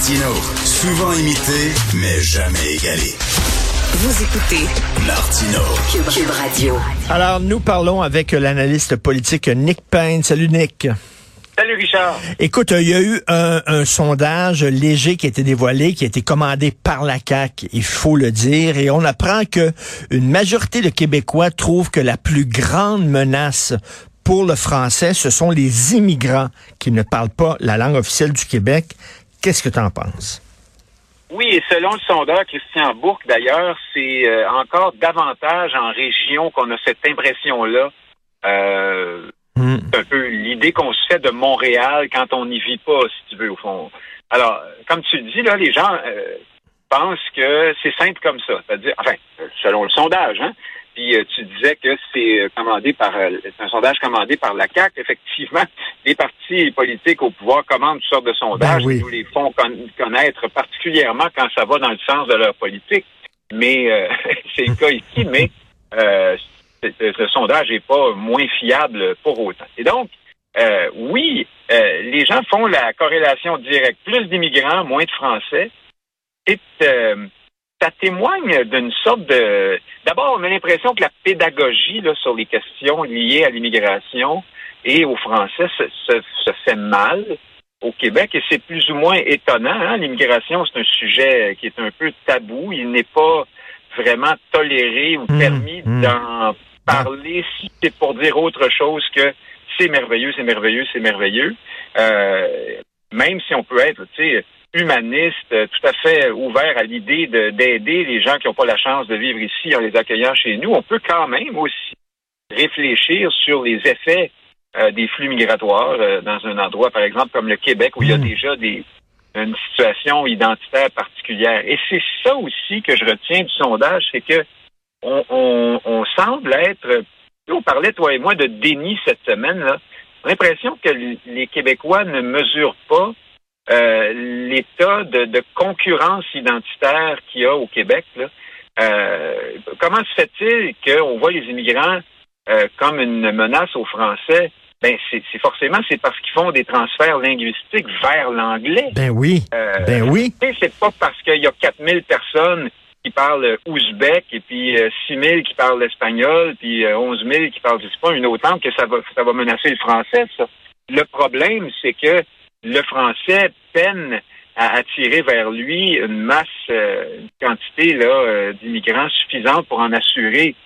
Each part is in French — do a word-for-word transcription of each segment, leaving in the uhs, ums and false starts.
Martino, souvent imité, mais jamais égalé. Vous écoutez Martino, Cube, Cube Radio. Alors, nous parlons avec l'analyste politique Nick Payne. Salut, Nick. Salut Richard. Écoute, il y a eu un, un sondage léger qui a été dévoilé, qui a été commandé par la C A Q, il faut le dire, et on apprend que une majorité de Québécois trouvent que la plus grande menace pour le français, ce sont les immigrants qui ne parlent pas la langue officielle du Québec. Qu'est-ce que tu en penses? Oui, et selon le sondeur Christian Bourque, d'ailleurs, c'est euh, encore davantage en région qu'on a cette impression-là. Euh, mm. C'est un peu l'idée qu'on se fait de Montréal quand on n'y vit pas, si tu veux, au fond. Alors, comme tu le dis, là, les gens euh, pensent que c'est simple comme ça. C'est-à-dire, enfin, selon le sondage, hein. Puis euh, tu disais que c'est commandé par euh, c'est un sondage commandé par la C A Q. Effectivement, les partis politiques au pouvoir commandent toutes sortes de sondages ben oui. qui nous les font con- connaître particulièrement quand ça va dans le sens de leur politique. Mais euh, c'est le cas ici, mais euh, ce sondage n'est pas moins fiable pour autant. Et donc, euh, oui, euh, les gens font la corrélation directe. Plus d'immigrants, moins de Français. Et euh, ça témoigne d'une sorte de... D'abord, on a l'impression que la pédagogie là, sur les questions liées à l'immigration et aux Français se, se, se fait mal au Québec, et c'est plus ou moins étonnant. Hein? L'immigration, c'est un sujet qui est un peu tabou. Il n'est pas vraiment toléré ou permis mmh, mmh. d'en parler si c'est pour dire autre chose que c'est merveilleux, c'est merveilleux, c'est merveilleux. Euh, même si on peut être, tu sais, humaniste, tout à fait ouvert à l'idée de, d'aider les gens qui n'ont pas la chance de vivre ici en les accueillant chez nous, on peut quand même aussi réfléchir sur les effets euh, des flux migratoires euh, dans un endroit, par exemple, comme le Québec, où il y a déjà des, une situation identitaire particulière. Et c'est ça aussi que je retiens du sondage, c'est que on, on, on semble être... On parlait, toi et moi, de déni cette semaine, là. On a l'impression que les Québécois ne mesurent pas Euh, l'état de, de concurrence identitaire qu'il y a au Québec. Là. Euh, comment se fait-il qu'on voit les immigrants euh, comme une menace aux Français? Ben c'est, c'est forcément c'est parce qu'ils font des transferts linguistiques vers l'anglais. Ben oui. Euh, ben oui. C'est pas parce qu'il y a quatre mille personnes qui parlent ouzbek et puis euh, six mille qui parlent l'espagnol puis euh, onze mille qui parlent, je sais pas, une autre langue que ça va ça va menacer le français. Ça. Le problème, c'est que le français peine à attirer vers lui une masse, euh, une quantité là, euh, d'immigrants suffisante pour en assurer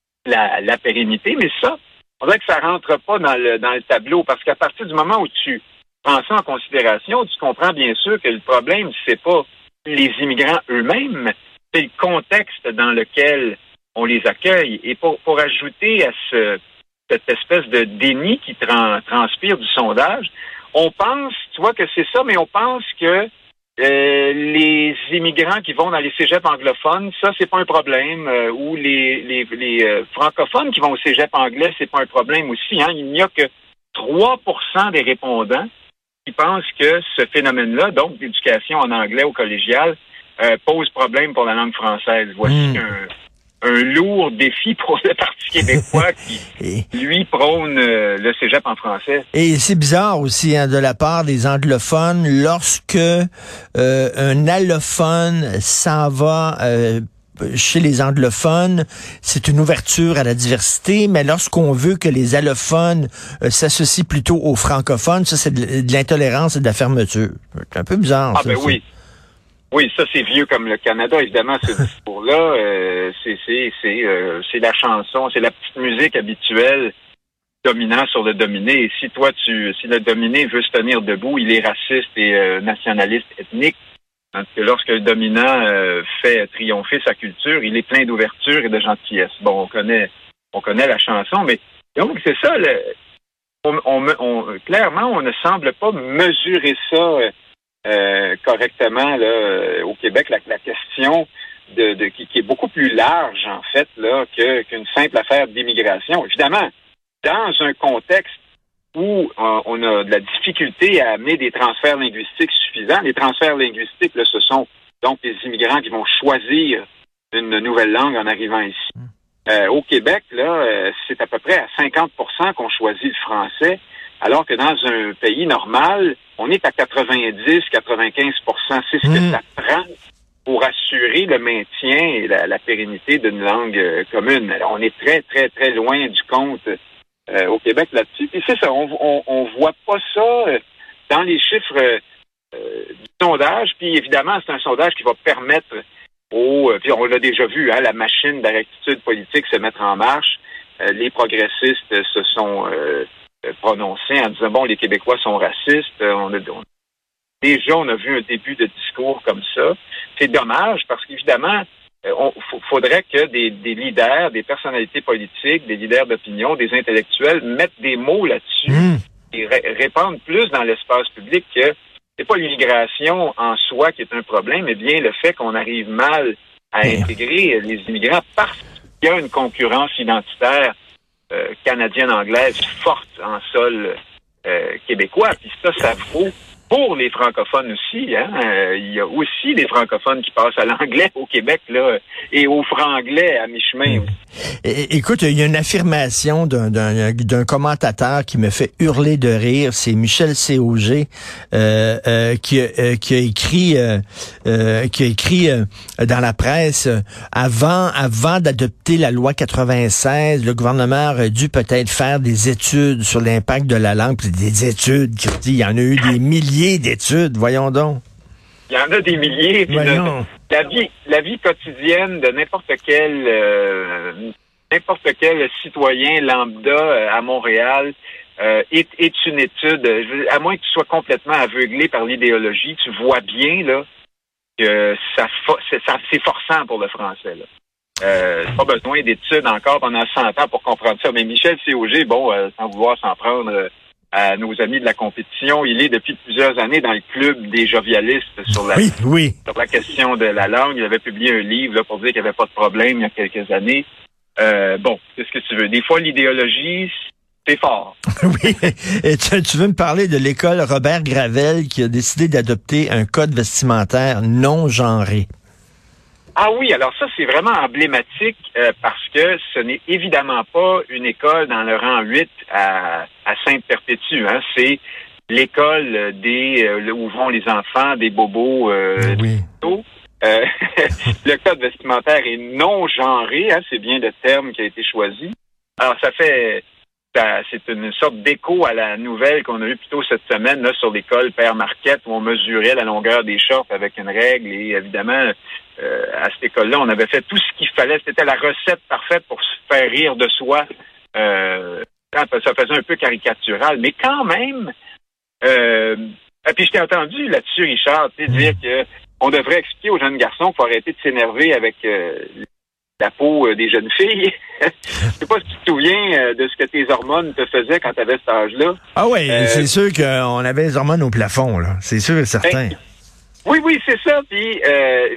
la, la pérennité. Mais ça, on dirait que ça rentre pas dans le, dans le tableau, parce qu'à partir du moment où tu prends ça en considération, tu comprends bien sûr que le problème, c'est pas les immigrants eux-mêmes, c'est le contexte dans lequel on les accueille. Et pour, pour ajouter à ce, cette espèce de déni qui trans, transpire du sondage, on pense, tu vois, que c'est ça, mais on pense que euh, les immigrants qui vont dans les cégeps anglophones, ça, c'est pas un problème. Euh, ou les, les, les euh, francophones qui vont au cégep anglais, c'est pas un problème aussi. Hein. Il n'y a que trois pour cent des répondants qui pensent que ce phénomène-là, donc l'éducation en anglais au collégial, euh, pose problème pour la langue française. Voici mmh. un... un lourd défi pour le Parti québécois qui, lui, prône euh, le cégep en français. Et c'est bizarre aussi, hein, de la part des anglophones, lorsque euh, un allophone s'en va euh, chez les anglophones, c'est une ouverture à la diversité, mais lorsqu'on veut que les allophones euh, s'associent plutôt aux francophones, ça, c'est de, de l'intolérance et de la fermeture. C'est un peu bizarre, ah, ça. Ben oui. Oui, ça c'est vieux comme le Canada, évidemment, ce discours-là. Euh, c'est c'est c'est euh, c'est la chanson, c'est la petite musique habituelle dominant sur le dominé. Et si toi tu si le dominé veut se tenir debout, il est raciste et euh, nationaliste ethnique. Tandis que lorsque le dominant euh, fait triompher sa culture, il est plein d'ouverture et de gentillesse. Bon, on connaît on connaît la chanson, mais donc c'est ça. Le, on, on, on clairement, on ne semble pas mesurer ça. Euh, Euh, correctement là euh, au Québec, la, la question de, de qui, qui est beaucoup plus large en fait là que qu'une simple affaire d'immigration. Évidemment, dans un contexte où euh, on a de la difficulté à amener des transferts linguistiques suffisants, les transferts linguistiques là, ce sont donc les immigrants qui vont choisir une nouvelle langue en arrivant ici. Euh, au Québec là, euh, c'est à peu près à cinquante pour cent qu'on choisit le français. alors que dans un pays normal, on est à quatre-vingt-dix à quatre-vingt-quinze pour cent. C'est ce que mmh. ça prend pour assurer le maintien et la, la pérennité d'une langue euh, commune. Alors, on est très, très, très loin du compte euh, au Québec là-dessus. Puis c'est ça, on, on, on voit pas ça euh, dans les chiffres euh, du sondage. Puis évidemment, c'est un sondage qui va permettre aux... Euh, puis on l'a déjà vu, hein, la machine de la rectitude politique se mettre en marche. Euh, les progressistes euh, se sont euh, prononcés en disant, bon, les Québécois sont racistes. Euh, on a, on, déjà, on a vu un début de discours comme ça. C'est dommage parce qu'évidemment, il euh, faudrait que des, des leaders, des personnalités politiques, des leaders d'opinion, des intellectuels mettent des mots là-dessus mmh. et ré- répandent plus dans l'espace public que c'est pas l'immigration en soi qui est un problème, mais bien le fait qu'on arrive mal à mmh. intégrer les immigrants parce qu'il y a une concurrence identitaire euh, canadienne-anglaise forte en sol euh, québécois. Puis ça, ça vaut pour les francophones aussi, hein. Euh, il y a aussi les francophones qui passent à l'anglais au Québec, là, et au franglais à mi-chemin aussi. É- écoute, il y a une affirmation d'un, d'un, d'un commentateur qui me fait hurler de rire. C'est Michel C O G euh, euh, qui, euh, qui a écrit, euh, euh, qui a écrit euh, dans la presse euh, avant, avant d'adopter la loi quatre-vingt-seize, le gouvernement aurait dû peut-être faire des études sur l'impact de la langue. Puis des études, il y en a eu des milliers d'études, voyons donc. Il y en a des milliers. Puis de, la vie, la vie quotidienne de n'importe quel, euh, n'importe quel citoyen lambda euh, à Montréal euh, est, est une étude. À moins que tu sois complètement aveuglé par l'idéologie, tu vois bien là que ça, c'est, ça c'est forçant pour le français. Là. Euh, pas besoin d'études encore pendant cent ans pour comprendre ça. Mais Michel C O G, bon, euh, sans vouloir s'en prendre. Euh, à nos amis de la compétition. Il est depuis plusieurs années dans le club des jovialistes sur la, oui, oui. sur la question de la langue. Il avait publié un livre là, pour dire qu'il n'y avait pas de problème il y a quelques années. Euh, bon, qu'est-ce que tu veux? Des fois, l'idéologie, c'est fort. Oui. Et tu, tu veux me parler de l'école Robert Gravel qui a décidé d'adopter un code vestimentaire non genré? Ah oui, alors ça, c'est vraiment emblématique euh, parce que ce n'est évidemment pas une école dans le rang huit à, à Sainte-Perpétue. Hein. C'est l'école des euh, où vont les enfants des bobos. Euh, oui. Euh, le code vestimentaire est non genré. Hein, c'est bien le terme qui a été choisi. Alors, ça fait... Ça, c'est une sorte d'écho à la nouvelle qu'on a eue plus tôt cette semaine là, sur l'école Père Marquette où on mesurait la longueur des shorts avec une règle et évidemment euh, à cette école-là on avait fait tout ce qu'il fallait, c'était la recette parfaite pour se faire rire de soi. Euh, ça faisait un peu caricatural, mais quand même euh, et puis je t'ai entendu là-dessus Richard, tu sais, dire que on devrait expliquer aux jeunes garçons qu'il faut arrêter de s'énerver avec euh, la peau des jeunes filles. Je sais pas si tu te souviens de ce que tes hormones te faisaient quand tu avais cet âge-là. Ah oui, euh, c'est sûr qu'on avait les hormones au plafond, là. C'est sûr et certain. Ben, oui, oui, c'est ça. Puis, euh,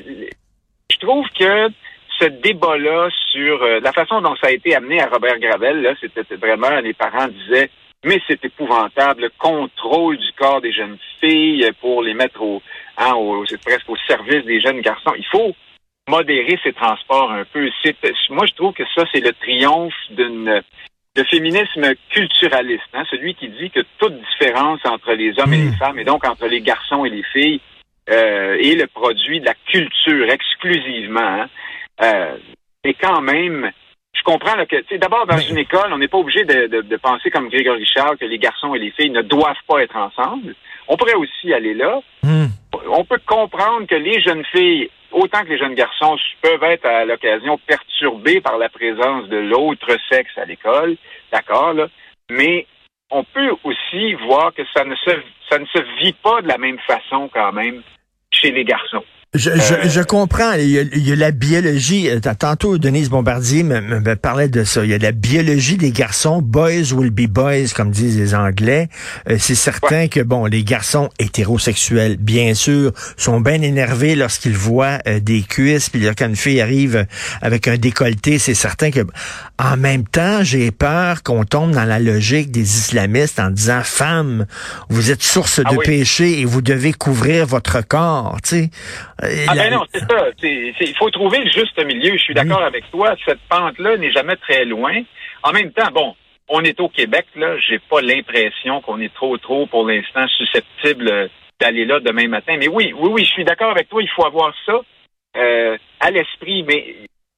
je trouve que ce débat-là sur euh, la façon dont ça a été amené à Robert Gravel, là, c'était vraiment, les parents disaient, mais c'est épouvantable, le contrôle du corps des jeunes filles pour les mettre au, hein, au c'est presque au service des jeunes garçons. Il faut modérer ces transports un peu. C'est, moi, je trouve que ça, c'est le triomphe d'une de féminisme culturaliste, hein, celui qui dit que toute différence entre les hommes et les femmes, et donc entre les garçons et les filles, euh, est le produit de la culture exclusivement. Hein. Euh, et quand même, je comprends là, que, tu sais, d'abord, dans une école, on n'est pas obligé de, de, de penser comme Grégory Charles que les garçons et les filles ne doivent pas être ensemble. On pourrait aussi aller là. Mm. On peut comprendre que les jeunes filles, autant que les jeunes garçons, peuvent être à l'occasion perturbés par la présence de l'autre sexe à l'école, d'accord, là, mais on peut aussi voir que ça ne se ça ne se vit pas de la même façon quand même chez les garçons. Je, je, je comprends. Il y, a, il y a la biologie. Tantôt, Denise Bombardier me, me, me parlait de ça. Il y a la biologie des garçons. Boys will be boys, comme disent les Anglais. Euh, c'est certain ouais. que, bon, les garçons hétérosexuels, bien sûr, sont bien énervés lorsqu'ils voient euh, des cuisses. Puis quand une fille arrive avec un décolleté, c'est certain que, en même temps, j'ai peur qu'on tombe dans la logique des islamistes en disant, femmes, vous êtes source ah de oui. péché et vous devez couvrir votre corps, tu sais. Ah ben non, c'est ça. Il faut trouver le juste milieu. Je suis d'accord oui. avec toi. Cette pente-là n'est jamais très loin. En même temps, bon, on est au Québec, là. J'ai pas l'impression qu'on est trop, trop, pour l'instant, susceptible d'aller là demain matin. Mais oui, oui, oui, je suis d'accord avec toi. Il faut avoir ça euh, à l'esprit. Mais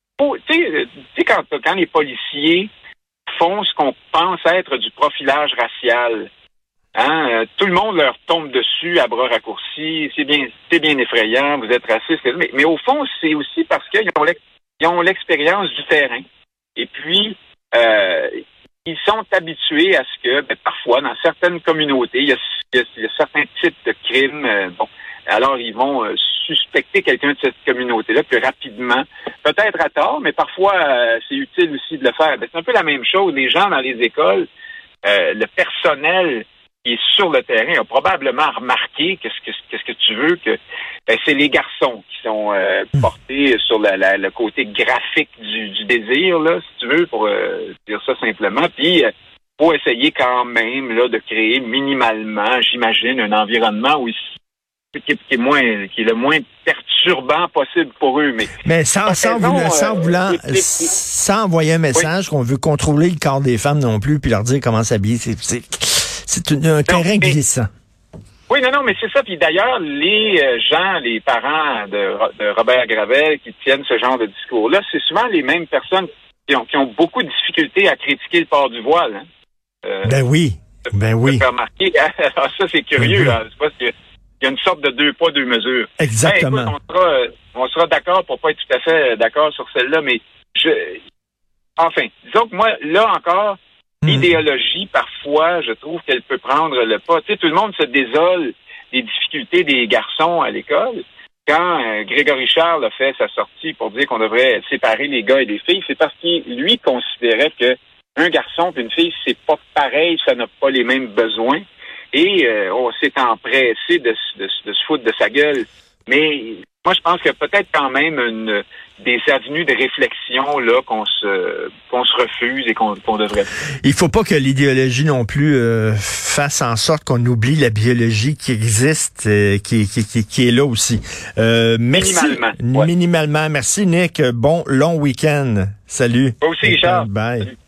tu sais, quand, quand les policiers font ce qu'on pense être du profilage racial, hein, euh, tout le monde leur tombe dessus à bras raccourcis. C'est bien, c'est bien effrayant. Vous êtes raciste. Mais, mais au fond, c'est aussi parce qu'ils ont, l'ex- ils ont l'expérience du terrain. Et puis, euh, ils sont habitués à ce que, ben, parfois, dans certaines communautés, il y a, il y a, il y a certains types de crimes. Euh, bon, alors ils vont euh, suspecter quelqu'un de cette communauté-là plus rapidement, peut-être à tort, mais parfois euh, c'est utile aussi de le faire. Ben, c'est un peu la même chose. Les gens dans les écoles, euh, le personnel qui est sur le terrain a probablement remarqué qu'est-ce que qu'est-ce que tu veux que ben, c'est les garçons qui sont euh, portés sur la, la, le côté graphique du, du désir, là, si tu veux, pour euh, dire ça simplement. Puis euh, faut essayer quand même là de créer minimalement, j'imagine, un environnement où ils Qui est, qui est moins, qui est le moins perturbant possible pour eux. Mais, mais sans, sans, raison, voulant, sans, euh, voulant, les, les, sans envoyer un message oui. qu'on veut contrôler le corps des femmes non plus, puis leur dire comment s'habiller, c'est, c'est, c'est un, un non, terrain mais, glissant. Oui, non, non, mais c'est ça. Puis d'ailleurs, les gens, les parents de, de Robert Gravel qui tiennent ce genre de discours-là, c'est souvent les mêmes personnes qui ont, qui ont beaucoup de difficultés à critiquer le port du voile. Hein. Euh, ben oui, ben oui. Remarquer. Alors ça, c'est curieux. Ben oui. Hein. C'est parce que il y a une sorte de deux poids, deux mesures. Exactement. Ben, écoute, on sera, on sera d'accord pour pas être tout à fait d'accord sur celle-là, mais je, enfin, disons que moi, là encore, mmh. l'idéologie, parfois, je trouve qu'elle peut prendre le pas. Tu sais, tout le monde se désole des difficultés des garçons à l'école. Quand euh, Grégory Charles a fait sa sortie pour dire qu'on devrait séparer les gars et les filles, c'est parce qu'il, lui, considérait que un garçon et une fille, c'est pas pareil, ça n'a pas les mêmes besoins. Et euh, on s'est empressé de, de, de se foutre de sa gueule. Mais moi, je pense qu'il y a peut-être quand même une, des avenues de réflexion là qu'on se qu'on se refuse et qu'on, qu'on devrait faire. Il faut pas que l'idéologie non plus euh, fasse en sorte qu'on oublie la biologie qui existe, euh, qui, qui, qui, qui est là aussi. Euh, merci. Minimalement. Ouais. Minimalement. Merci, Nick. Bon long week-end. Salut. Toi aussi, Richard. Bye. Salut.